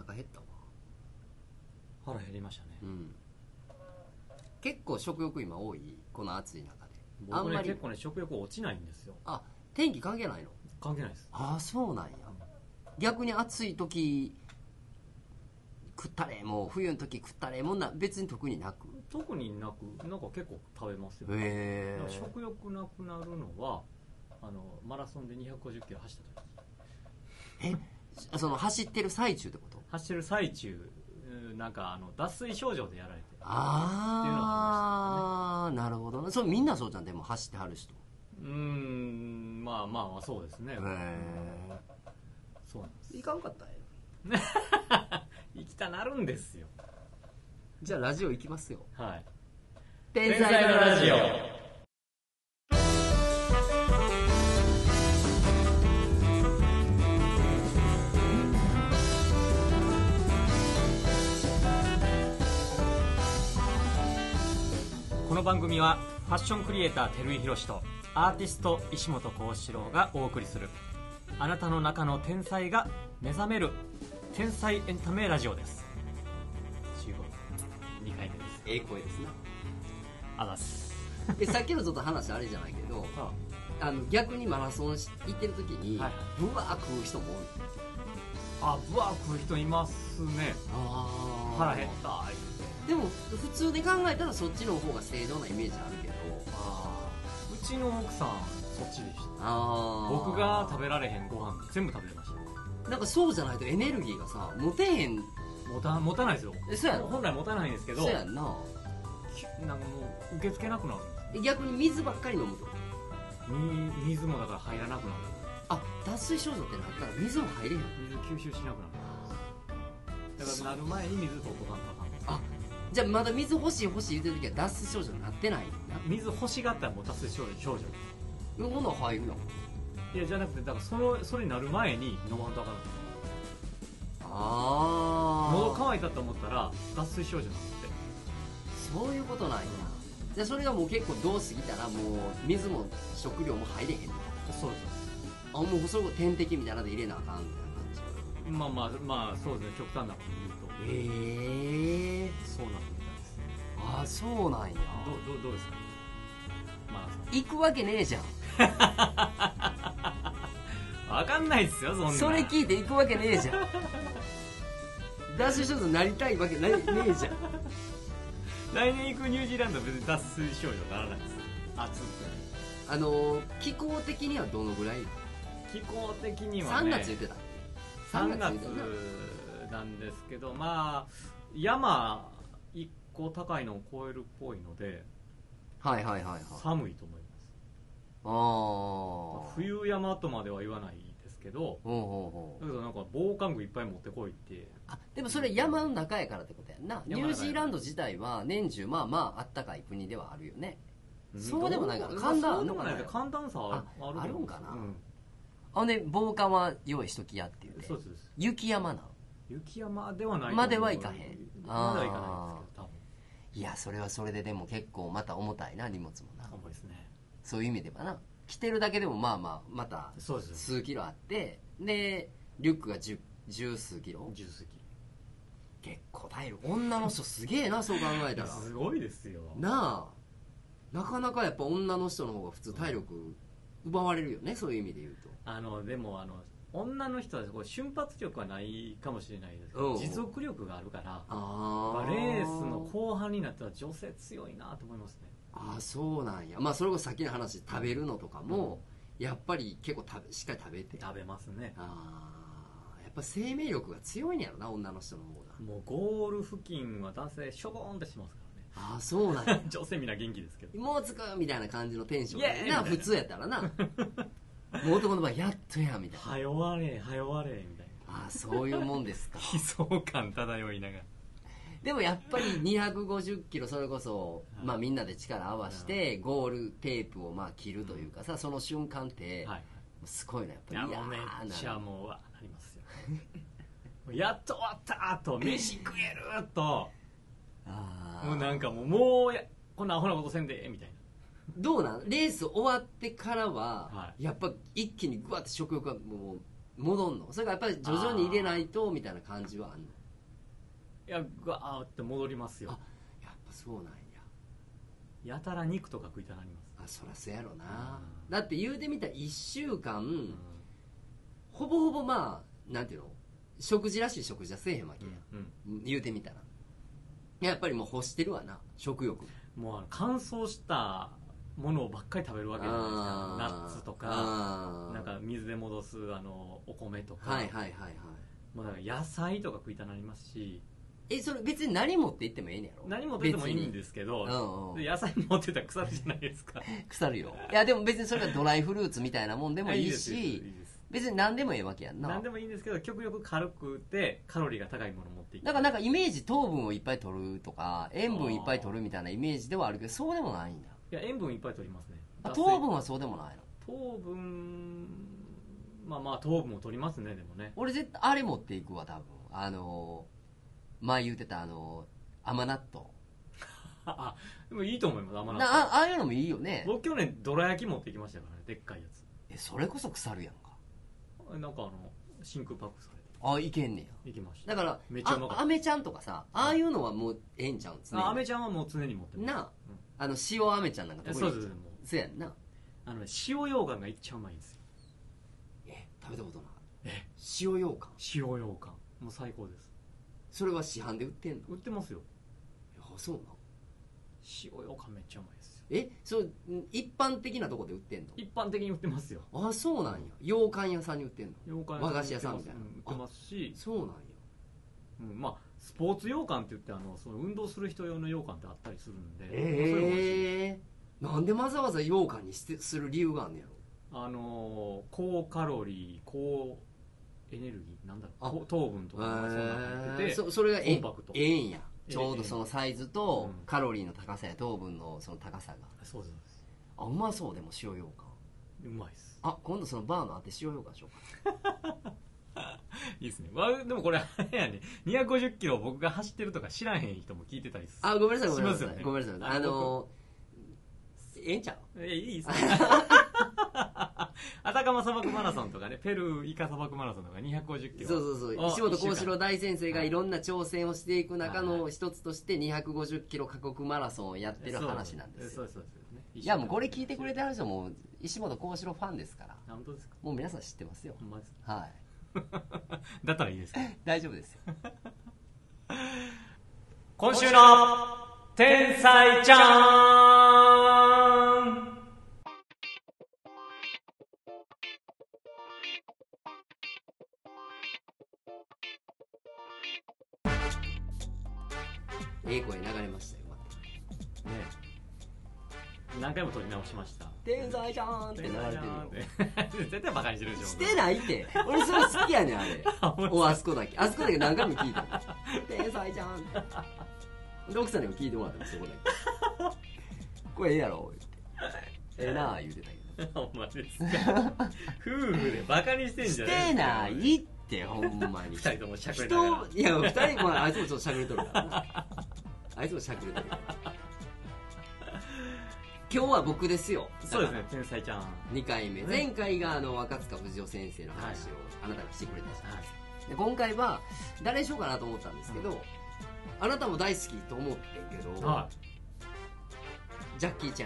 腹減ったわ。 腹減りましたね。 結構食欲今多い、この暑い中で。 僕ね結構ね食欲落ちないんですよ。 あ、天気関係ないの？ 関係ないです。 ああ、そうなんや。逆に暑い時食ったれも、冬の時食ったれも別に特になく？ 特になく、なんか結構食べますよ。食欲なくなるのはマラソンで250キロ走った時。 その走ってる最中ってこと？ 走ってる最中、なんか脱水症状でやられて、 ああ、なるほどね。それみんなそうじゃん。でも走ってはる人。 まあそうですね。そうなんです。 行かんかったんや。 行きたなるんですよ。 じゃあラジオ行きますよ。 はい。 天才のラジオ。 この番組はファッションクリエイター照井宏とアーティスト石本幸四郎がお送りする、あなたの中の天才が目覚める天才エンタメラジオです。2回目です。 声ですな。 あざす。 さっきのちょっと話あれじゃないけど、逆にマラソン行ってる時にブワー食う人もおる。 ブワー食う人いますね。腹減った。 でも普通で考えたらそっちの方が正常なイメージあるけど、 うちの奥さんそっちでした。僕が食べられへんご飯全部食べてました。 なんかそうじゃないとエネルギーがさ持てへん。 持たないですよ。 そうやろ。 本来持たないんですけど、 そうやんな。 なんかもう受け付けなくなるんですよ。 逆に水ばっかり飲むと水もだから入らなくなる。 脱水症状ってなったら水も入れへん。 水吸収しなくなる。だからなる前に水とっとかんとあかん。 じゃあまだ水欲しい言ってる時は脱水症状になってないんだ。 水欲しがったらもう脱水症状。 こんなん入るの？ いやじゃなくて、だからそれになる前に飲まんとあかん。喉乾いたと思ったら脱水症状になって。 そういうことなんや。じゃあそれがもう結構どう過ぎたらもう水も食料も入れへんみたいな。 そうです。 もうそれを点滴みたいなので入れなあかんみたいな感じ。まあそうですね。極端なこと言うと。そうなのみたいです。 そうなんや。 どうですか？ 行くわけねえじゃん。 分かんないっすよそんな。 それ聞いて行くわけねえじゃん。脱水症状になりたいわけねえじゃん。 来年行くニュージーランドは別に脱水症状にならないです。暑く気候的にはどのぐらい？ 気候的にはね、 3月言ってた。 3月なんですけど、まあ山1個高いのを超えるっぽいので、寒いと思います。冬山とまでは言わないですけど、だけどなんか防寒具いっぱい持ってこいって。 でもそれ山の中やからってことやんな。ニュージーランド自体は年中まああったかい国ではあるよね。そうでもないから寒暖あるのかな。 寒暖差はあるんかな。防寒は用意しときやっていうね。 そうです。 雪山なの？ 雪山ではない。 まではいかへん。 まではいかないですけど、多分。 いやそれはそれででも結構また重たいな、荷物もな。 重いですね。 そういう意味ではな、着てるだけでもままた数キロあって、でリュックが十数キロ。結構体力。女の人すげえな、そう考えたら。 すごいですよ。 なかなかやっぱ女の人の方が普通体力奪われるよね、そういう意味で言うと。 でも女の人は瞬発力はないかもしれないですけど、持続力があるから、レースの後半になったら女性強いなと思いますね。 そうなんや。それこそさっきの話、食べるのとかも、やっぱり結構しっかり食べて。 食べますね。 やっぱ生命力が強いんやろな、女の人の方が。 もうゴール付近は男性しょぼーんってしますからね。 そうなんや。 女性みんな元気ですけど、 もうつくみたいな感じのテンションな、普通やったらな。もう男の場合やっとやみたいな。 はよわれみたいな。そういうもんですか。 悲壮感漂いながら。 でもやっぱり250キロ、それこそみんなで力合わせてゴールテープを切るというかさ、その瞬間ってすごいな、やっぱり。 いや、めっちゃもうなりますよ。やっと終わったと、飯食えると、もうなんかもうこんなアホなことせんでみたいな。どうなん？レース終わってからは、やっぱ一気にグワッて食欲がもう戻んの？それがやっぱり徐々に入れないとみたいな感じはあんの？ いやガーって戻りますよ。 あ、やっぱそうなんや。 やたら肉とか食いたなります。 あ、そらそうやろな。だって言うてみたら1週間、ほぼほぼまあなんていうの、食事らしい食事はせえへんわけや、言うてみたらやっぱりもう欲してるわな、食欲。 もう乾燥したものばっかり食べるわけじゃないですか。ナッツとかなんか水で戻すお米とか、もうだから野菜とか食いたなりますし。 それ別に何持って行ってもええねやろ？ 何持って行ってもいいんですけど、野菜持ってたら腐るじゃないですか。 腐るよ。いやでも別にそれがドライフルーツみたいなもんでもいいし、別に何でもええわけやんな。 何でもいいんですけど、極力軽くてカロリーが高いものを持っていく。 だからなんかイメージ、糖分をいっぱい取るとか塩分いっぱい取るみたいなイメージではあるけど、そうでもないんだ。 いや塩分いっぱい取りますね。 糖分はそうでもないの？ 糖分、まあ糖分も取りますね。でもね、 俺絶対あれ持っていくわ多分。前言うてた甘納豆。 あ、でもいいと思います。甘納豆ああいうのもいいよね。 僕去年どら焼き持ってきましたからね、でっかいやつ。 それこそ腐るやんか。 なんか真空パックされて。 あ、いけんねや。 いきました。 だからめっちゃうまかった。 アメちゃんとかさ、ああいうのはもうええんちゃうんですね。 アメちゃんはもう常に持ってます。 なあ、塩アメちゃんなんかそうです。 そうやんな。 塩羊羹がいっちゃうまいんですよ。 食べたことない。塩羊羹。 塩羊羹もう最高です。 それは市販で売ってんの？売ってますよ。 そうなの？ 塩羊羹めっちゃうまいですそよ。 う一般的なとこで売ってんの？ 一般的に売ってますよ。 あ、そうなんや。羊羹屋さんに売ってんの？ 羊羹和菓子屋さんみたいな。 売ってますし。 そうなんや。 まあスポーツ羊羹って言ってその運動する人用の羊羹ってあったりするんで。 なんでわざわざ羊羹にする理由があんねやろ？高カロリー、高エネルギー、なんだろう、糖分とかそうなってて、 それがコンパクト。 ええんや。ちょうどそのサイズとカロリーの高さや糖分のその高さが。 そうです。 あ、うまそう。でも塩羊羹うまいです。 あ、今度そのバーのあって塩羊羹しようかいいですね。でもこれあれやね、250キロ僕が走ってるとか知らへん人も聞いてたりする。 あ、ごめんなさい。 しますよね。 ごめんなさい。ええんちゃう？ いいですね。アタカマ砂漠マラソンとかね、ペルーイカ砂漠マラソンとか250キロ。 そう石本幸四郎大先生がいろんな挑戦をしていく中の一つとして250キロ過酷マラソンをやってる話なんですよ。そういやもうこれ聞いてくれてる人も石本幸四郎ファンですから。 本当ですか？ もう皆さん知ってますよ。はい。 だったらいいですか？ 大丈夫ですよ。 今週の天才ちゃん。 声流れましたよ。 何回も撮り直しました。 天才ちゃんって流れてるよ。 絶対バカにしてるでしょ。 してないって。俺それ好きやねんあれ。あそこだけ何回も聞いた。天才ちゃんって。で奥さんにも聞いてもらったのそこだけ。これええやろってええなあ言うてたけど。ほんまですか？夫婦でバカにしてんじゃない？ してないってほんまに。 二人ともしゃくれてる。 いや二人もあいつもちょっとしゃくれとるからな。あいつもしゃくれとるから。今日は僕ですよ。 そうですね、天才ちゃん 2回目。前回が若塚不二夫先生の話をあなたがしてくれたじゃないですか。で今回は誰にしようかなと思ったんですけど、あなたも大好きと思ってるけど、ジャッキーちゃん。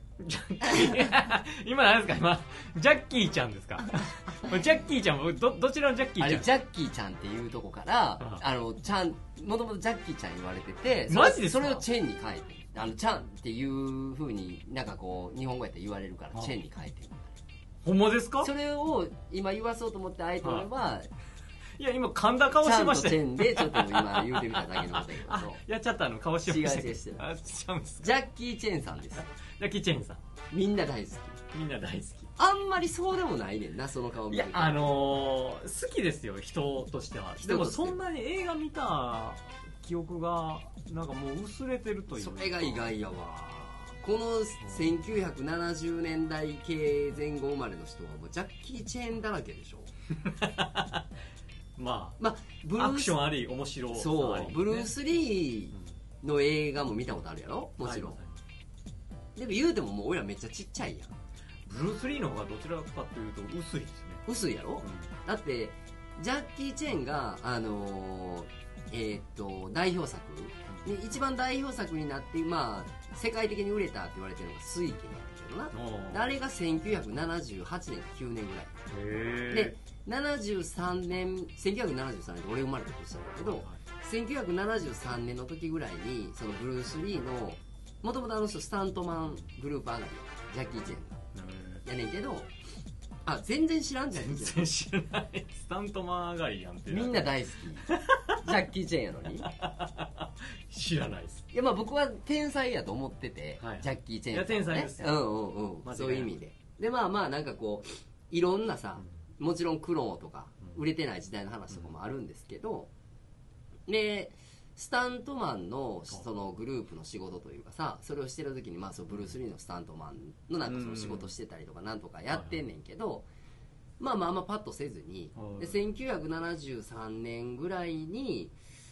今何ですか？今ジャッキーちゃんですか？ジャッキーちゃん、どちらのジャッキーちゃん？ あれジャッキーちゃんっていうとこからちゃん、もともとジャッキーちゃん言われてて、 マジですか？ それをチェンに変えて、ちゃんっていう風になんかこう日本語やったら言われるからチェンに変えてる。 ほんまですか？ それを今言わそうと思ってあえて俺は、 いや今噛んだ顔してましたよ。 ちゃんとチェンでちょっと今言うてみただけのことやけど。 やっちゃった顔してましたけど。 違う。 ジャッキー・チェンさんです。 ジャッキー・チェンさん。 みんな大好き。 みんな大好き。 あんまりそうでもないねんな、その顔見て。 いや好きですよ、人としては。でもそんなに映画見た記憶がなんかもう薄れてるというか。 それが意外やわ。この1970年代系前後生まれの人はもうジャッキー・チェーンだらけでしょ。 まあアクションあり面白さあり、 そう、ブルース・リーの映画も見たことあるやろ、もちろん。でも言うてももう俺らめっちゃちっちゃいやん。 ブルース・リーの方がどちらかというと薄いですね。 薄いやろ、だってジャッキー・チェーンが代表作で一番代表作になって、まあ、世界的に売れたって言われてるのが水拳やけどな。あれが1978年か9年ぐらいで、73年1973年で俺生まれた年なんだけど、1973年の時ぐらいにそのブルース・リーのもともとあの人スタントマングループ上がりジャッキー・チェーンがやねんけど、あ、全然知らんじゃん。 全然知らない。スタントマン上がりやんって。 みんな大好き。ジャッキー・チェーンやのに。 知らないです。 いや、まあ僕は天才やと思ってて、 はい、 ジャッキー・チェーン、 ね。いや、天才ですよ。 そういう意味で。で、まあまあなんかこう、いろんなさ、もちろん苦労とか、売れてない時代の話とかもあるんですけど、で、スタントマンのそのグループの仕事というかさ、それをしてる時に、まあ、そのブルース・リーのスタントマンのなんかその仕事してたりとかなんとかやってんねんけど、まあまああんまパッとせずに、で1973年ぐらいに、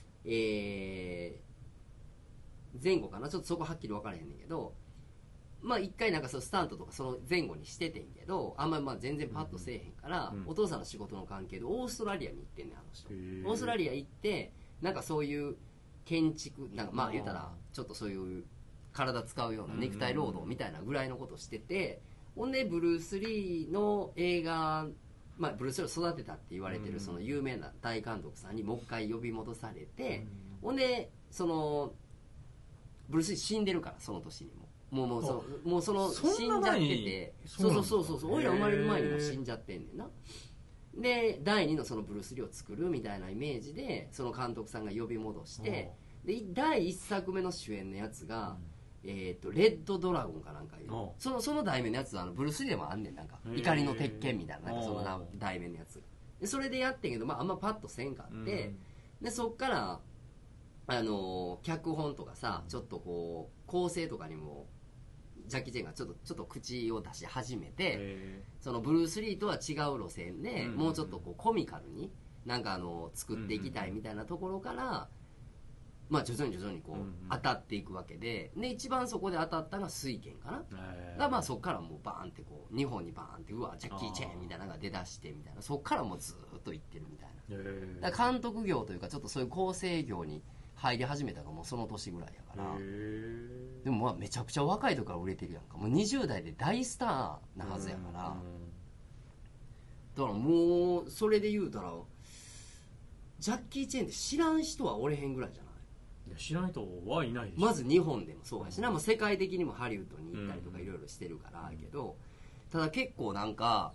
前後かな、ちょっとそこはっきり分からへんねんけど、まあ一回なんかそのスタントとかその前後にしててんけど、あんまりまあ全然パッとせえへんから、お父さんの仕事の関係でオーストラリアに行ってんねん、あの人。オーストラリア行ってなんかそういう建築なんかまあ言うたらちょっとそういう体使うような肉体労働みたいなぐらいのことをしてて、ほんでブルース・リーの映画、まあ、ブルース・リーを育てたって言われてるその有名な大監督さんにもう一回呼び戻されて、ほんでそのブルース・リー死んでるから、その年にもうその死んじゃってて、そうおいら生まれる前にもう死んじゃってんねんな。で第2のそのブルース・リーを作るみたいなイメージでその監督さんが呼び戻して、で第1作目の主演のやつが、レッドドラゴンかなんかいう、その題名のやつはブルース・リーでもあんねん、なんか怒りの鉄拳みたいな、なんかその題名のやつで、それでやってんけど、まあ、あんまパッとせんかって、でそっから脚本とかさ、ちょっとこう構成とかにもジャッキー・チェンがちょっと口を出し始めて、そのブルース・リーとは違う路線で、もうちょっとこうコミカルになんか作っていきたいみたいなところから、まあ徐々にこう当たっていくわけで、で一番そこで当たったのが水拳かな、がまあそこからもうバーンってこう日本にバーンってうわジャッキー・チェーンみたいなのが出だしてみたいな、そこからもうずっといってるみたいな、だから監督業というかちょっとそういう構成業に入り始めたのがもうその年ぐらいやから、でもまあめちゃくちゃ若い時から売れてるやんか、もう20代で大スターなはずやから、だからもうそれで言うたらジャッキー・チェーンって知らん人はおれへんぐらいじゃない？ いや知らん人はいないでしょ。 まず日本でもそうやしな、もう世界的にもハリウッドに行ったりとかいろいろしてるからやけど、ただ結構なんか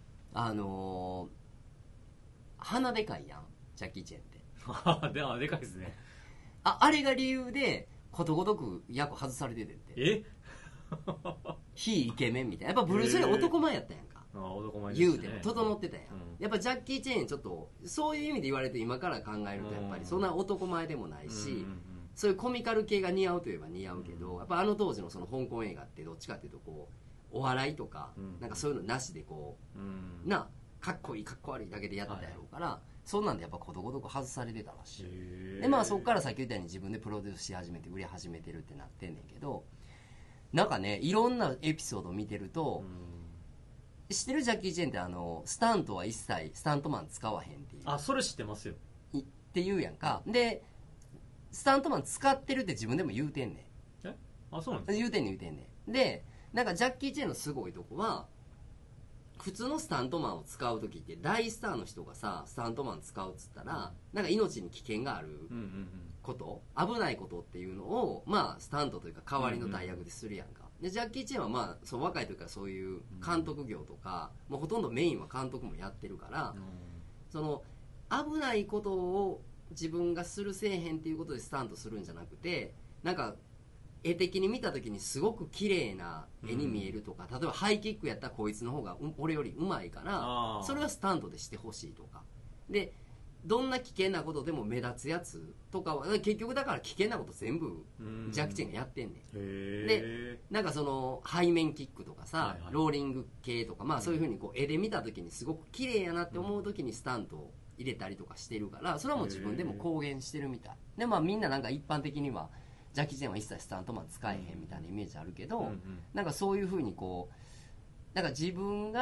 鼻でかいやんジャッキー・チェーンってでかいですね。 あれが理由でことごとく役外されててんて、非イケメンみたいな、やっぱブルース・リー男前やったやんか、 男前言うても整ってたやん、やっぱジャッキー・チェーンちょっとそういう意味で言われて今から考えるとやっぱりそんな男前でもないし、そういうコミカル系が似合うといえば似合うけど、やっぱあの当時のその香港映画ってどっちかっていうとこうお笑いとかなんかそういうのなしでこうなかっこいいかっこ悪いだけでやってたやろうから、そんなんでやっぱことごとく外されてたらしい。でまあそこからさっき言ったように自分でプロデュースし始めて売れ始めてるってなってんねんけど、なんかねいろんなエピソードを見てると、知ってるジャッキー・チェーンってスタントは一切スタントマン使わへんっていう、 それ知ってますよって言うやんか。でスタントマン使ってるって自分でも言うてんねん。 そうなんですか？ 言うてんねん。でなんかジャッキー・チェーンのすごいとこは、普通のスタントマンを使う時って大スターの人がさスタントマン使うっつったらなんか命に危険があること、危ないことっていうのをまあスタントというか代わりの代役でするやんか。でジャッキー・チェーンはまあそう若い時からそういう監督業とか、もうほとんどメインは監督もやってるから、その危ないことを自分がするせえへんっていうことでスタントするんじゃなくて、なんか絵的に見た時にすごく綺麗な絵に見えるとか、例えばハイキックやったらこいつの方が俺よりうまいからそれはスタントでしてほしいとかで、どんな危険なことでも目立つやつとかは結局だから危険なこと全部ジャッキー・チェーンがやってんねん。でなんかその背面キックとかさ、ローリング系とか、まあそういう風にこう絵で見た時にすごく綺麗やなって思う時にスタントを入れたりとかしてるから、それはもう自分でも公言してるみたいで、まあみんななんか一般的にはジャッキー・チェーンは一切スタントマン使えへんみたいなイメージあるけど、なんかそういう風にこうなんか自分が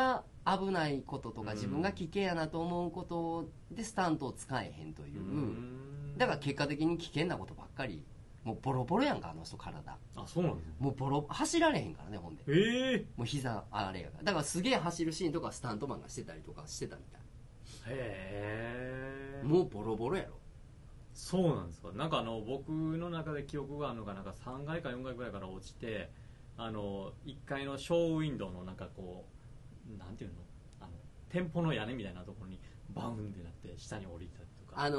危ないこととか自分が危険やなと思うことでスタントを使えへんという、だから結果的に危険なことばっかり、もうボロボロやんか、あの人体。 あ、そうなんですね。 もう走られへんからね、ほんで。もう膝あれやから。だからすげえ走るシーンとかスタントマンがしてたりとかしてたみたい。もうボロボロやろ。 そうなんですか。なんか僕の中で記憶があるのが、なんか3階か4階ぐらいから落ちて、1階のショーウィンドウのなんかこう、なんていうの、店舗の屋根みたいなところにバウンってなって下に降りたりとか。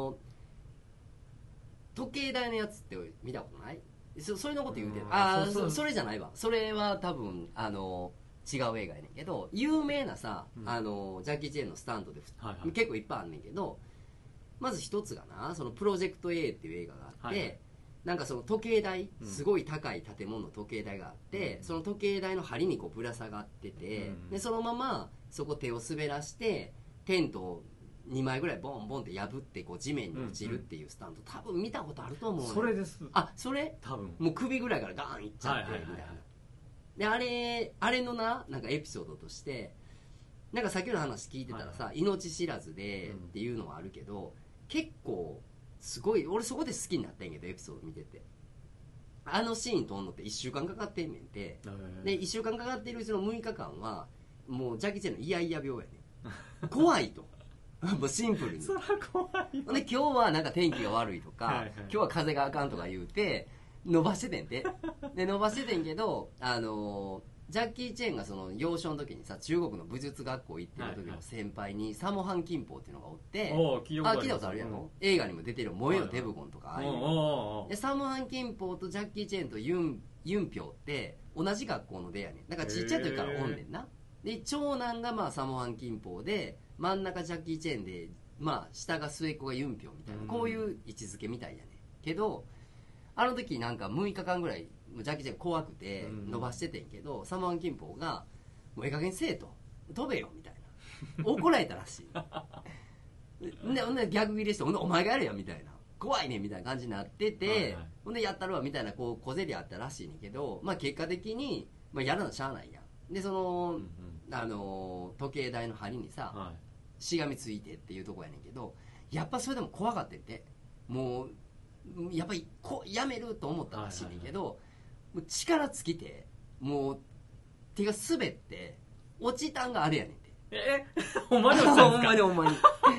時計台のやつって見たことない？それのこと言うてる。それじゃないわ。それは多分違う映画やねんけど、有名なさ、ジャッキー・チェーンのスタントで、結構いっぱいあんねんけど、まず一つがな、そのプロジェクト A っていう映画があって、なんかその時計台、すごい高い建物の時計台があって、その時計台の梁にこうぶら下がってて、でそのままそこ手を滑らしてテントを2枚ぐらいボンボンって破ってこう地面に落ちるっていうスタント、多分見たことあると思う。 それです。 あ、それ？ 多分もう首ぐらいからガーンいっちゃってみたいな。であれのなんかエピソードとして、なんかさっきの話聞いてたらさ、命知らずでっていうのはあるけど、結構すごい、俺そこで好きになったんやけど、エピソード見てて、あのシーン撮んのって1週間かかってんねんて。で1週間かかってるうちの6日間はもうジャッキー・チェンのイヤイヤ病やねん。怖いともうシンプルに。 そら怖い。 で今日はなんか天気が悪いとか今日は風があかんとか言うて伸ばしててんて。で伸ばしててんけど、ジャッキー・チェンがその幼少の時にさ、中国の武術学校行ってる時の先輩にサモハン・キンポーっていうのがおって、聞いたことあるやろ、映画にも出てる燃えよテブゴンとか、ああいうでサモハン・キンポーとジャッキー・チェンとユンピョウって同じ学校の出やねん。だからちっちゃい時からおんねんな。で長男がまあサモハン・キンポーで、真ん中ジャッキー・チェンで、まあ下が末っ子がユンピョウみたいな、こういう位置づけみたいやねんけど、あの時なんか6日間ぐらいジャッキー・チェン怖くて伸ばしててんけど、サモハン・キンポーがもうええ加減せえと、飛べよみたいな怒られたらしい。ほんで逆ギレして、ほんでお前がやれよみたいな、怖いねみたいな感じになってて、ほんでやったるわみたいなこう小競りあったらしいねんけど、まあ結果的に、まあ、やらなしゃあないやん。でその、時計台の針にさ、しがみついてっていうとこやねんけど、やっぱそれでも怖かってんて、もうやっぱりやめると思ったらしいねんけど、もう力尽きてもう手が滑って落ちたんがあれやねんて。 ほんまに落ちたんですか？ ほんまにほんまに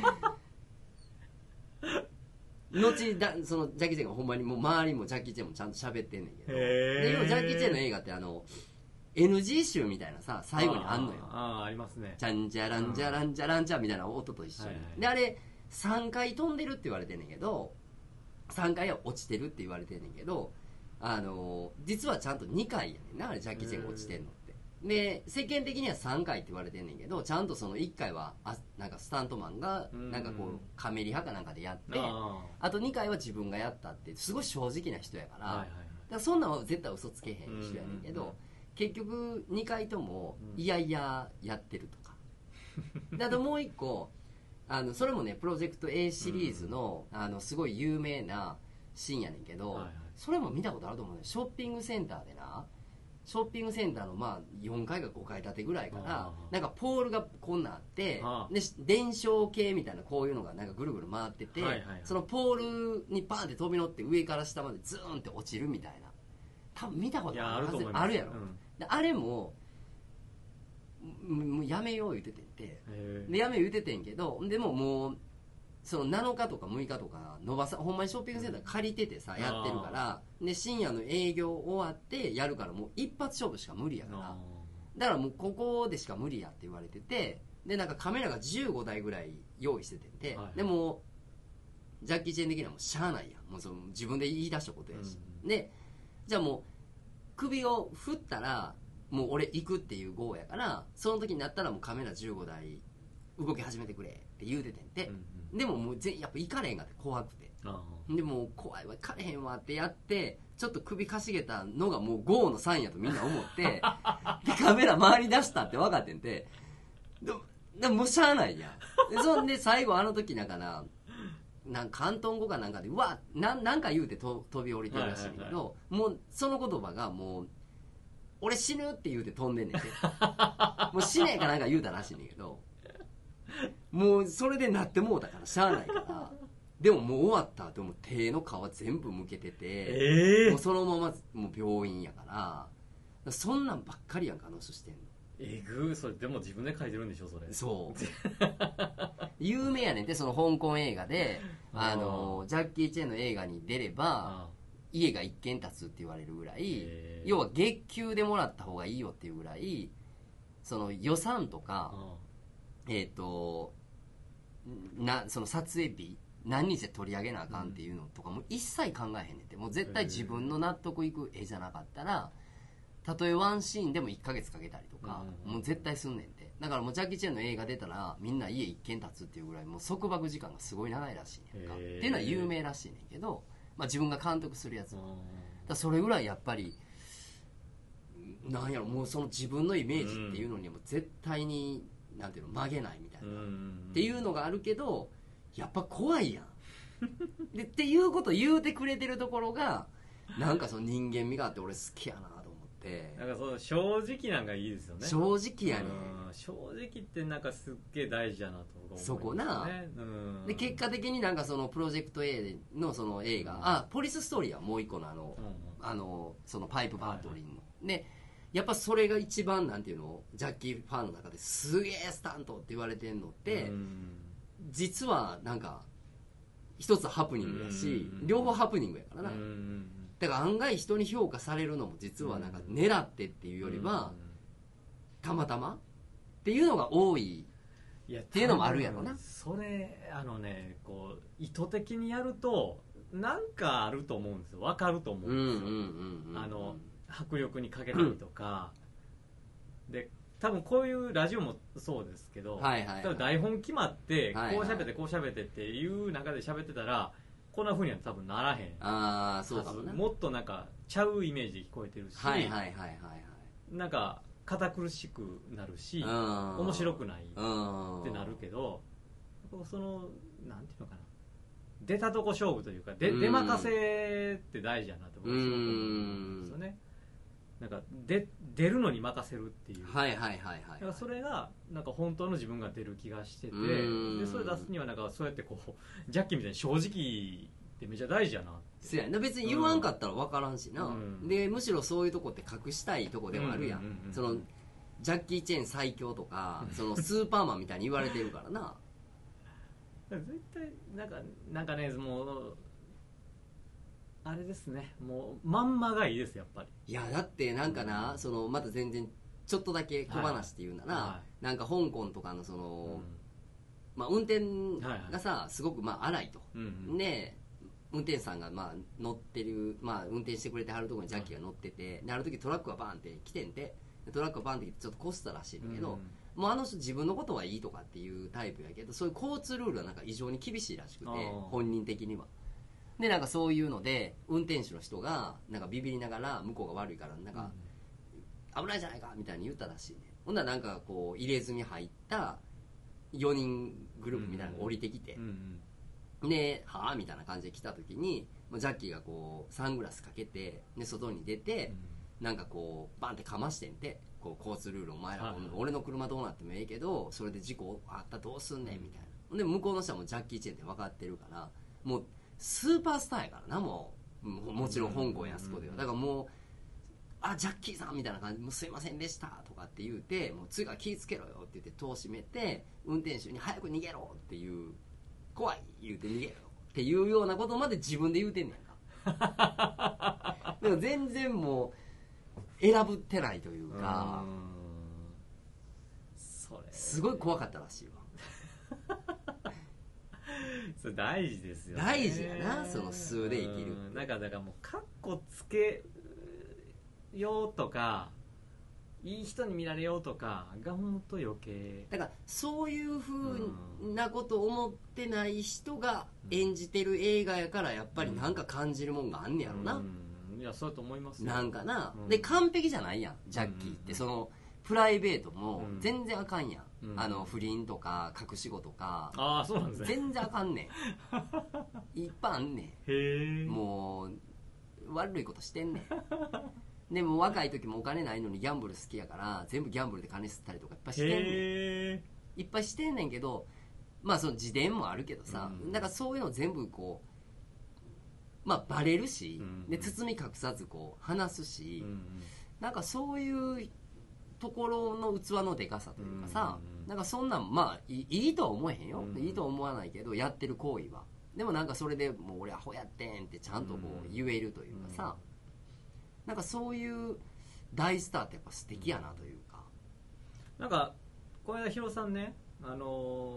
後だ、そのジャッキー・チェンがほんまにもう周りもジャッキー・チェンもちゃんと喋ってんねんけど、で要はジャッキー・チェンの映画ってNG 集みたいなさ、最後にあんのよ。 ありますね。 じゃんじゃらんじゃらんじゃらんじゃみたいな音と一緒に、であれ3回飛んでるって言われてんねんけど、3回は落ちてるって言われてんねんけど、実はちゃんと2回やねんな、あれジャッキー・チェンが落ちてんのって。で世間的には3回って言われてんねんけど、ちゃんとその1回はなんかスタントマンがなんかこうカメリハかなんかでやって、あと2回は自分がやったって、すごい正直な人やから、だからそんなんは絶対嘘つけへん人やねんけど、結局2回ともいやいややってるとか。であともう1個、それもねプロジェクト A シリーズの、すごい有名なシーンやねんけど、それも見たことあると思うね。ショッピングセンターでな、ショッピングセンターのまあ4階か5階建てぐらいからなんかポールがこんなんあって、で電床系みたいなこういうのがなんかぐるぐる回ってて、そのポールにパーンって飛び乗って上から下までズーンって落ちるみたいな、多分見たことあるはず、あるやろ、であれもうやめよう言うててんて、でやめよう言うててんけど、でももうその7日とか6日とかほんまにショッピングセンター借りててさ、やってるから、で深夜の営業終わってやるから、もう一発勝負しか無理やから、だからもうここでしか無理やって言われてて、でなんかカメラが15台ぐらい用意しててんて、でもジャッキー・チェン的にはもうしゃあないやん、もうその自分で言い出したことやし、でじゃあもう首を振ったらもう俺行くっていう号やから、その時になったらもうカメラ15台動き始めてくれって言うててんて、でももうやっぱ行かれへんがって怖くて、でもう怖いわ、行かれへんわってやって、ちょっと首かしげたのがもうゴーのサインやとみんな思ってでカメラ回り出したって分かってんて、でももうしゃあないやん。でそんで最後あの時なんかなんか広東語かなんかでうわなんか言うて飛び降りてるらしいんだけど、もうその言葉がもう俺死ぬって言うて飛んでんねんてもう死ねえかなんか言うたらしいねんけど、もうそれでなってもうたからしゃあないから、でももう終わった後も手の皮全部むけてて、もうそのままもう病院やから、そんなんばっかりやんか、あの人してんの。 それでも自分で書いてるんでしょそれ。 そう有名やねんて、その香港映画でジャッキー・チェンの映画に出れば家が一軒建つって言われるぐらい、要は月給でもらった方がいいよっていうぐらい、その予算とかその撮影日何日で取り上げなあかんっていうのとかも一切考えへんねんて。もう絶対自分の納得いく絵じゃなかったら、たとえワンシーンでも1ヶ月かけたりとか、もう絶対すんねんて。だからもうジャッキー・チェンの映画出たらみんな家一軒建つっていうぐらいもう束縛時間がすごい長いらしいねんか、っていうのは有名らしいねんけど、まあ、自分が監督するやつはだそれぐらいやっぱりなんやろ、もうその自分のイメージっていうのにも絶対になんていうの曲げないみたいなっていうのがあるけど、やっぱ怖いやんでっていうことを言うてくれてるところがなんかその人間味があって俺好きやなと思って。 なんかその正直なんかいいですよね。 正直やね、 正直ってなんかすっげえ大事だなと思いますね。 そこな、で結果的になんかそのプロジェクト A のその映画、ポリスストーリーはもう一個のそのパイプバートリンの、でやっぱそれが一番なんていうの、ジャッキーファンの中ですげえスタントって言われてんのって、実はなんか一つハプニングだし、両方ハプニングやからな。だから案外人に評価されるのも実はなんか狙ってっていうよりはたまたまっていうのが多いっていうのもあるやろな。 それこう意図的にやるとなんかあると思うんですよ。分かると思うんですよ。迫力にかけたりとかで、多分こういうラジオもそうですけど、多分台本決まってこう喋ってこう喋ってっていう中で喋ってたらこんな風には多分ならへん。 そうかもな。 もっとなんかちゃうイメージ聞こえてるし、なんか堅苦しくなるし面白くないってなるけど、そのなんていうのかな、出たとこ勝負というか出任せって大事やなって僕はすごく思うんですよね。なんか出るのに任せるっていう、それがなんか本当の自分が出る気がしてて、でそれ出すにはなんかそうやってこうジャッキーみたいに正直ってめちゃ大事やなって。 そうやな、別に言わんかったら分からんしな、でむしろそういうとこって隠したいとこではあるやん。そのジャッキー・チェン最強とかそのスーパーマンみたいに言われてるからな絶対なんかね、もうあれですね、もうまんまがいいですやっぱり。 いやだってなんかな、そのまた全然ちょっとだけ小話っていうなら、なんか香港とかのその、運転がさすごく荒いと、で運転手さんが乗ってる、運転してくれてはるところにジャッキーが乗ってて、である時トラックがバーンって来てんで、トラックがバーンって来てちょっとこすったらしいんだけど、もうあの人自分のことはいいとかっていうタイプやけど、そういう交通ルールはなんか異常に厳しいらしくて、本人的には。でなんかそういうので運転手の人がなんかビビりながら向こうが悪いからなんか危ないじゃないかみたいに言ったらしいね。ほんならなんかこう入れ墨入った4人グループみたいなのが降りてきて、ではぁみたいな感じで来た時にジャッキーがこうサングラスかけてで外に出て、なんかこうバンってかましてんて、こう交通ルールお前ら俺の車どうなってもええけどそれで事故あったらどうすんねんみたいな。で向こうの人はもうジャッキー・チェンって分かってるからもうスーパースターやからな、もちろん香港やすこでは。だからもうジャッキーさんみたいな感じで、もうすいませんでしたとかって言うて、もう次は気ぃつけろよって言って戸を閉めて運転手に早く逃げろっていう、怖い言うて逃げろっていうようなことまで自分で言うてんねんかでも全然もう選ぶってないというか、すごい怖かったらしいわそれ大事ですよね。 大事やな、その素で生きるって。 だからもうカッコつけようとかいい人に見られようとかが本当余計だからそういうふうなこと思ってない人が演じてる映画やからやっぱりなんか感じるもんがあんねやろな。 いやそうだと思いますよ。 なんかな、で完璧じゃないやんジャッキーって。そのプライベートも全然あかんやん、不倫とか隠し子とか。 そうなんですね。 全然あかんねんいっぱいあんねん。もう悪いことしてんねんでも若い時もお金ないのにギャンブル好きやから全部ギャンブルで金吸ったりとかいっぱいしてんねん。いっぱいしてんねんけど、まあその自伝もあるけどさ、なんかそういうの全部こうまあバレるし、で包み隠さずこう話すし、なんかそういうところの器のでかさというかさ、なんかそんなんまあいいとは思えへんよ、いいとは思わないけど、やってる行為はでもなんかそれでもう俺アホやってんってちゃんとこう言えるというかさ、なんかそういう大スターってやっぱ素敵やなというか、 なんかこの間ヒロさんね、あれ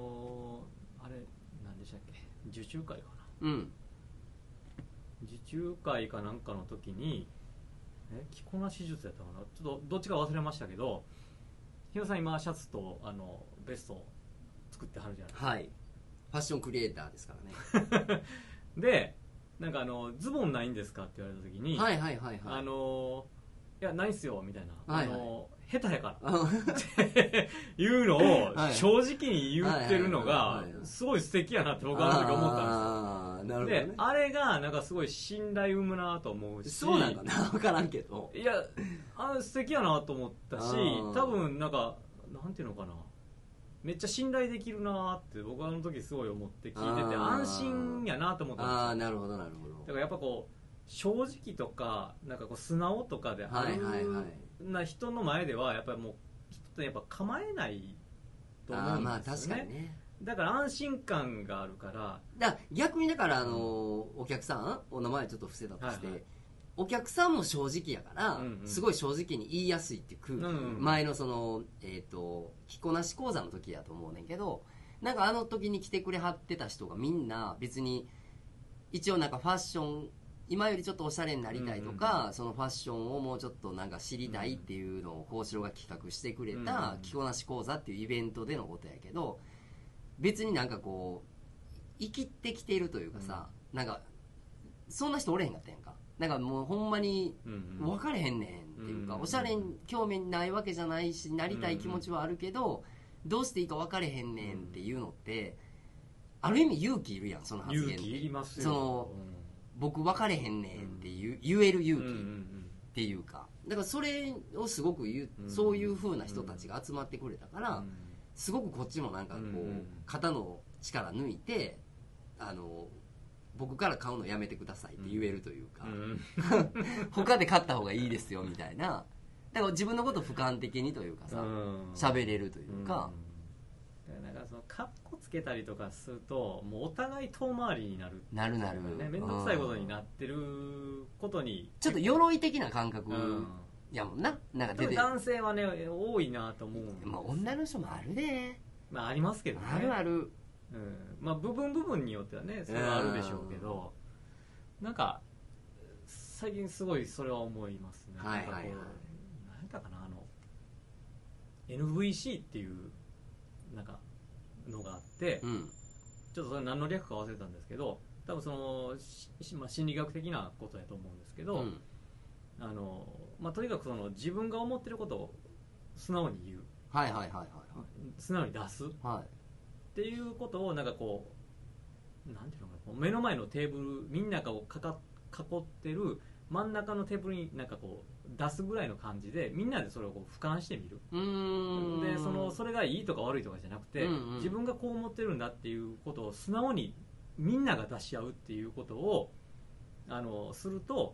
何でしたっけ、受注会かな、受注会かなんかの時に着こなし術やったかな、ちょっとどっちか忘れましたけど、ヒロさん今シャツとベスト作ってはるじゃないですか。 はい、ファッションクリエイターですからねでなんかズボンないんですかって言われた時に、いやないっすよみたいな、下手やからっていうのを正直に言ってるのがすごい素敵やなって僕はあの時思ったんですよ。であれがなんかすごい信頼生むなと思うし、 そうなんかな分からんけど、 いや素敵やなと思ったし、多分なんかなんていうのかな、めっちゃ信頼できるなって僕はあの時すごい思って聞いてて安心やなと思ったんですよ。 ああなるほどなるほど。 だからやっぱこう正直とかなんかこう素直とかであるな人の前ではやっぱりもう人ってやっぱ構えないと思うんですよね。 まあ確かにね。 だから安心感があるから。 逆にだからお客さんお名前ちょっと伏せたとして、お客さんも正直やから、すごい正直に言いやすいっていう空気、前のその着こなし講座の時やと思うねんけど、なんかあの時に来てくれはってた人がみんな別に一応なんかファッション今よりちょっとおしゃれになりたいとか、そのファッションをもうちょっとなんか知りたいっていうのを幸四郎が企画してくれた着こなし講座っていうイベントでのことやけど、別になんかこう生きてきているというかさ、なんかそんな人おれへんかったやんか。なんかもうほんまに分かれへんねんっていうか、おしゃれに興味ないわけじゃないし、なりたい気持ちはあるけどどうしていいか分かれへんねんっていうのってある意味勇気いるやん、その発言って。 勇気いりますよ。 その僕分かれへんねんって言える勇気っていうか、だからそれをすごくそういう風な人たちが集まってくれたから、すごくこっちもなんかこう肩の力抜いて僕から買うのやめてくださいって言えるというか、他で買った方がいいですよみたいな、だから自分のこと俯瞰的にというかさ喋れるというか、 なんかそのカッコつけたりとかするともうお互い遠回りになる、 なる面倒くさいことになってることにちょっと鎧的な感覚やもんな。なんか男性はね多いなと思う。 女の人もあるで、 ありますけどね、 ある、 部分によってはねそれはあるでしょうけど、なんか最近すごいそれは思いますね。何だかな、NVC っていうなんかのがあって、ちょっとそれ何の略か忘れたんですけど、多分その心理学的なことやと思うんですけど、とにかくその自分が思ってることを素直に言う、素直に出す、っていうことをなんかこうなんていうのかな、目の前のテーブルみんなが囲ってる真ん中のテーブルになんかこう出すぐらいの感じでみんなでそれをこう俯瞰してみる。でそれがいいとか悪いとかじゃなくて、自分がこう思ってるんだっていうことを素直にみんなが出し合うっていうことをすると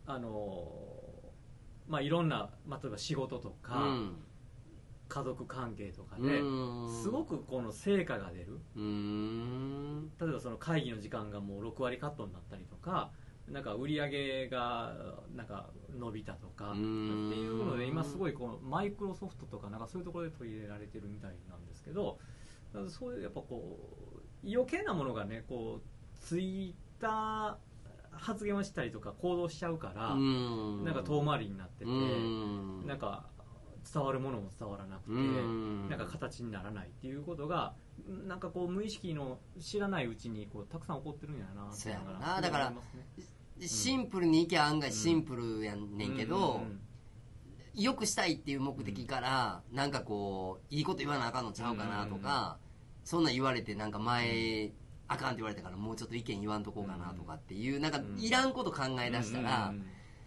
いろんな、例えば仕事とか、家族関係とかですごくこの成果が出る。例えばその会議の時間がもう6割カットになったりとか、なんか売り上げがなんか伸びたとかっていうので、今すごいこのマイクロソフトとかなんかそういうところで取り入れられてるみたいなんですけど、そういうやっぱこう余計なものがねこうついた発言をしたりとか行動しちゃうから、なんか遠回りになってて、なんか伝わるものも伝わらなくて、なんか形にならないっていうことがなんかこう無意識の知らないうちにこうたくさん起こってるんやなって。 そうやな、だからシンプルにいけば案外シンプルやんねんけど、よくしたいっていう目的からなんかこういいこと言わなあかんのちゃうかなとか、そんなん言われてなんか前あかんって言われたからもうちょっと意見言わんとこうかなとかっていうなんかいらんこと考え出したら、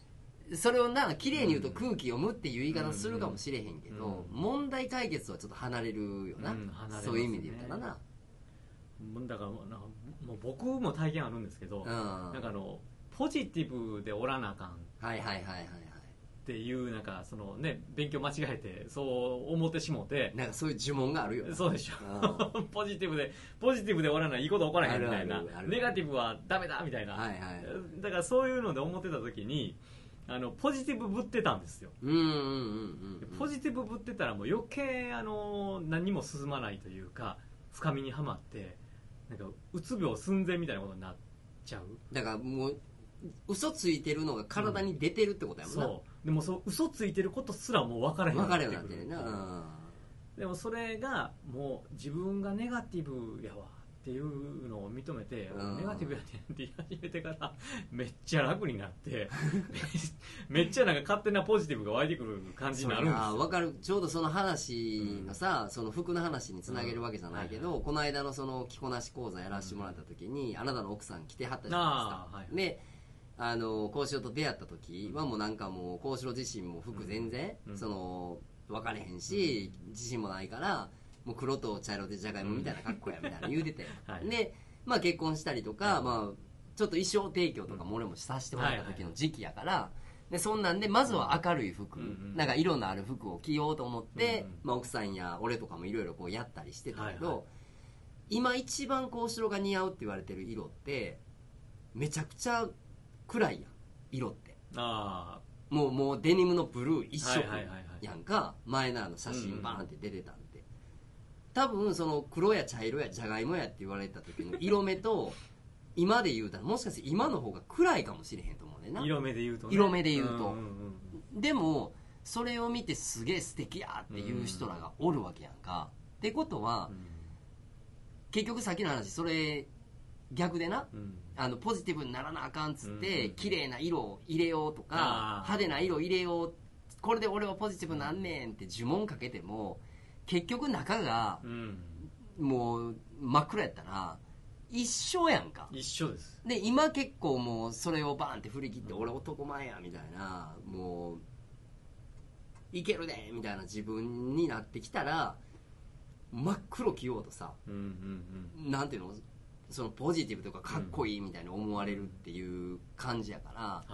それをな綺麗に言うと空気読むっていう言い方するかもしれへんけど、問題解決はちょっと離れるよな、そういう意味で言ったらな。 だからもう僕も体験あるんですけど、なんかポジティブでおらなあかんっていうなんかそのね勉強間違えてそう思ってしもて、 なんかそういう呪文があるよ。 そうでしょ。ポジティブでおらないいいこと起こらへんみたいな、ネガティブはダメだみたいな、だからそういうので思ってた時にポジティブぶってたんですよ。ポジティブぶってたらもう余計何も進まないというか深みにはまってなんかうつ病寸前みたいなことになっちゃう。 だからもう嘘ついてるのが体に出てるってことやもんな、 そうでもそう嘘ついてることすらもう分からへん分かるようになってるな。 でもそれがもう自分がネガティブやわっていうのを認めて、ネガティブやねんって言い始めてからめっちゃ楽になってめっちゃなんか勝手なポジティブが湧いてくる感じになるんですよ。 分かる。ちょうどその話がさ、その服の話につなげるわけじゃないけど、この間のその着こなし講座やらせてもらった時に、あなたの奥さん来てはったじゃないですか。で幸四郎と出会った時はもうなんかもう幸四郎自身も服全然、その分かれへんし、自信もないからもう黒と茶色でじゃがいもみたいな格好やみたいな言うてて、で、まあ、結婚したりとか、まあ、ちょっと衣装提供とかも俺もさせてもらった時の時期やから、でそんなんでまずは明るい服、なんか色のある服を着ようと思って、まあ、奥さんや俺とかもいろいろこうやったりしてたけど、今一番幸四郎が似合うって言われてる色ってめちゃくちゃ暗いやん色って。もうデニムのブルー一色やんか。前の写真バーンって出てたんで、多分その黒や茶色やじゃがいもやって言われた時の色目と今で言うたらもしかして今の方が暗いかもしれへんと思うねんな。 色目で言うとね。 色目で言うと、でもそれを見てすげえ素敵やっていう人らがおるわけやんか。ってことは、結局さっきの話それ逆でな、ポジティブにならなあかんっつって、綺麗な色を入れようとか派手な色を入れよう、これで俺はポジティブなんねんって呪文かけても結局中がもう真っ暗やったら一緒やんか。 一緒です。 で今結構もうそれをバーンって振り切って、俺男前やみたいな、もういけるでみたいな自分になってきたら真っ黒着ようとさ、なんていうの、そのポジティブとかかっこいいみたいに思われるっていう感じやから、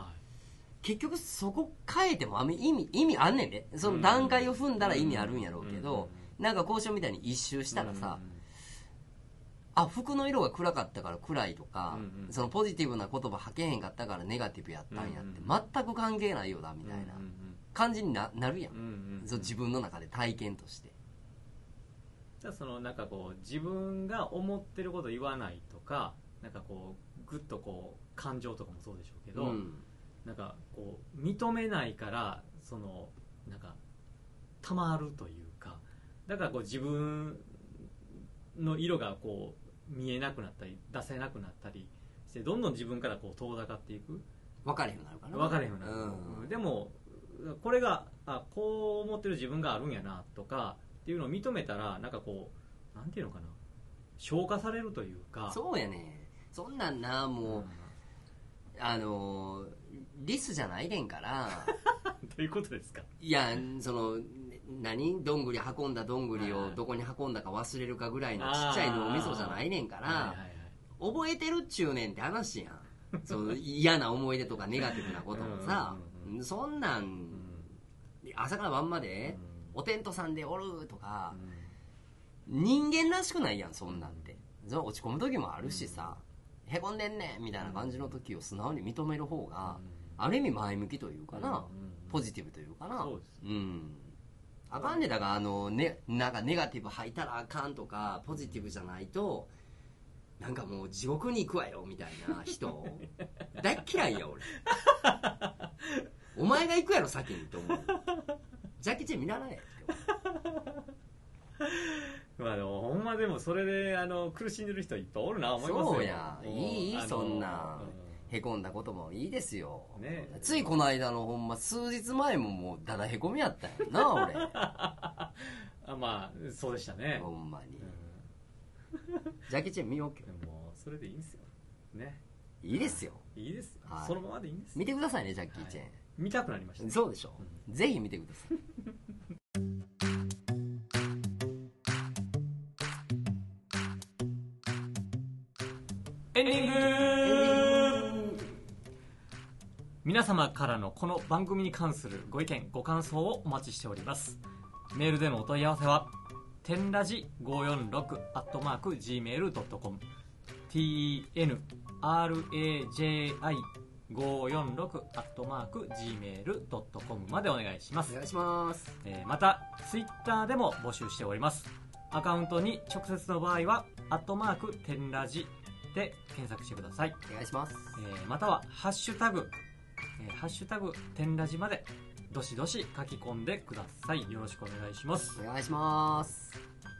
結局そこ変えても意味あんねんで。その段階を踏んだら意味あるんやろうけど、なんか交渉みたいに一周したらさ、服の色が暗かったから暗いとか、そのポジティブな言葉吐けへんかったからネガティブやったんやって全く関係ないよなみたいな感じに なるやん、自分の中で体験として。 じゃあそのなんかこう自分が思ってること言わないとか、なんかこうグッとこう感情とかもそうでしょうけど、なんかこう認めないからそのなんかたまるというか、だからこう自分の色がこう見えなくなったり出せなくなったりしてどんどん自分からこう遠ざかっていく。 分かれへんようになるかな。 分かれへんようになる、でもこれがこう思ってる自分があるんやなとかっていうのを認めたら、なんかこうなんていうのかな、消化されるというか。 そうやね。そんなんな、もう、リスじゃないねんからどういうことですか。 いや、そのどんぐり運んだどんぐりをどこに運んだか忘れるかぐらいのちっちゃい脳みそじゃないねんから、覚えてるっちゅうねんって話やん。その嫌な思い出とかネガティブなこともさ、そんなん朝から晩までおテントさんでおるとか、人間らしくないやんそんなんて。落ち込む時もあるしさ、へこんでんねんみたいな感じの時を素直に認める方がある意味前向きというかな、ポジティブというかな。そうです、あかんね。だからなんかネガティブ吐いたらあかんとかポジティブじゃないとなんかもう地獄に行くわよみたいな人大っ嫌いや俺お前が行くやろ先にと思う。ジャッキーチェン見習えってまあでもほんまでもそれで苦しんでる人いっぱいおるな思いますよ。 そうや、いいそんなへこんだこともいいですよ、ね、ついこの間のほんま数日前ももうだだへこみやったんやな俺まあそうでしたねほんまに、ジャッキーチェン見ようけどもうそれでいいんですよね。 いいですよ、 いいですよ、そのままでいいんです。 見てくださいねジャッキーチェン、 見たくなりました、ね、 そうでしょ、ぜひ見てください。 エンディング。皆様からのこの番組に関するご意見ご感想をお待ちしております。メールでのお問い合わせは天ラジ546@gmail.com tenraji546@gmail.com までお願いします。 お願いします。 またツイッターでも募集しております。アカウントに直接の場合は天ラジで検索してください。 お願いします。 またはハッシュタグ天ラジまでどしどし書き込んでください。よろしくお願いします。 お願いします。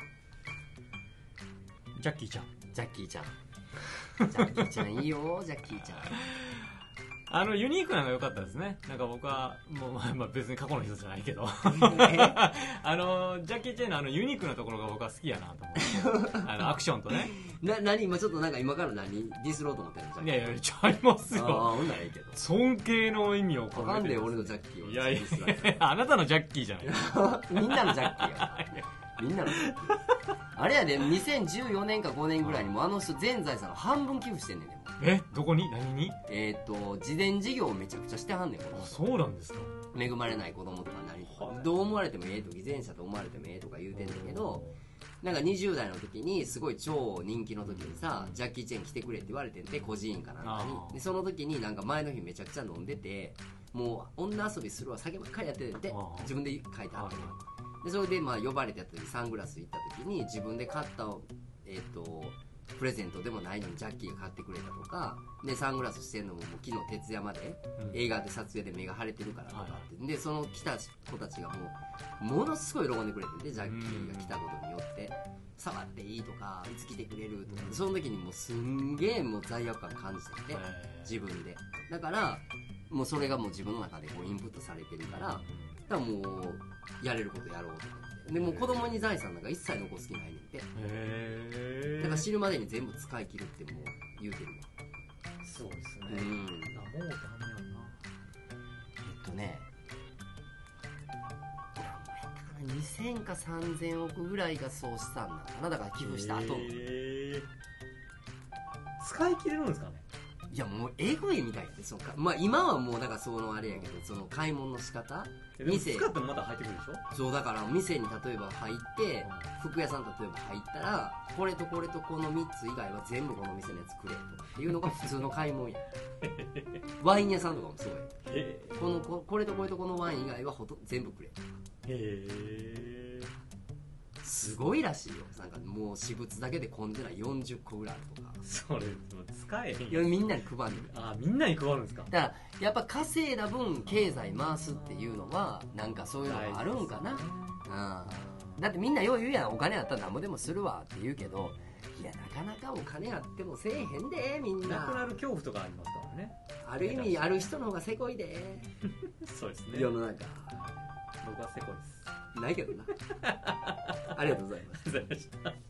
ジャッキーちゃんジャッキーちゃんジャッキーちゃんいいよ。ジャッキーちゃんユニークなのが良かったですね。なんか僕はもう、まあ、別に過去の人じゃないけどジャッキー・チェンのユニークなところが僕は好きやなと思ってアクションとね何今ちょっとなんか今からディスろうと思ってるんじゃん。 いやいやちゃいますよ。 ああほんならいいけど尊敬の意味を込めて。 なんで俺のジャッキーを。 いやいやあなたのジャッキーじゃないみんなのジャッキーやみんなのジャッキーあれやで2014年か5年ぐらいにもあの人全財産の半分寄付してんねん。 どこに何に自伝事業をめちゃくちゃしてはんねん。 あそうなんですか。 恵まれない子供とかどう思われてもええと偽善者と思われてもええとか言うてんだけど、なんか20代の時にすごい超人気の時にさジャッキー・チェン来てくれって言われてんで孤児院かなんかに。でその時になんか前の日めちゃくちゃ飲んでてもう女遊びするわ酒ばっかりやっててって自分で書いてあって、でそれでまあ呼ばれてやった時サングラス行った時に自分で買ったプレゼントでもないのにジャッキーが買ってくれたとかでサングラスしてんのももう昨日徹夜まで、映画で撮影で目が腫れてるからとかって、でその来た子たちがものすごい喜んでくれててジャッキーが来たことによって触っていいとかいつ来てくれるとか、その時にもうすんげえもう罪悪感感じてて自分でだからもうそれがもう自分の中でこうインプットされてるからだからもうやれることやろうとかでもう子供に財産なんか一切残す気ないねんて。だから死ぬまでに全部使い切るってもう言うてるわ。 そうですね。もうダメやな。 2000か3000億ぐらいが総資産なのかな。だから寄付した後使い切れるんですかね。 いやもうエグいみたいでそうか、まあ、今はもうだからそのあれやけどその買い物の仕方店使ってもまだ入ってくるでしょ。 そうだから店に例えば入って服屋さん例えば入ったらこれとこれとこの3つ以外は全部この店のやつくれとかっていうのが普通の買い物やワイン屋さんとかもそうやこれとこれとこのワイン以外は全部くれとかすごいらしいよ。なんかもう私物だけでコンテナ40個ぐらいあるとか。 それ使えへん。 いやみんなに配る。 みんなに配るんですか。 だからやっぱ稼いだ分経済回すっていうのはなんかそういうのがあるんかな、だってみんなよう言うやんお金あったらなんぼでもするわって言うけどいやなかなかお金あってもせえへんでみんな。 なくなる恐怖とかありますからね。 ある意味ある人の方がせこいでそうですね。 世の中僕はせこいですないけどなありがとうございます。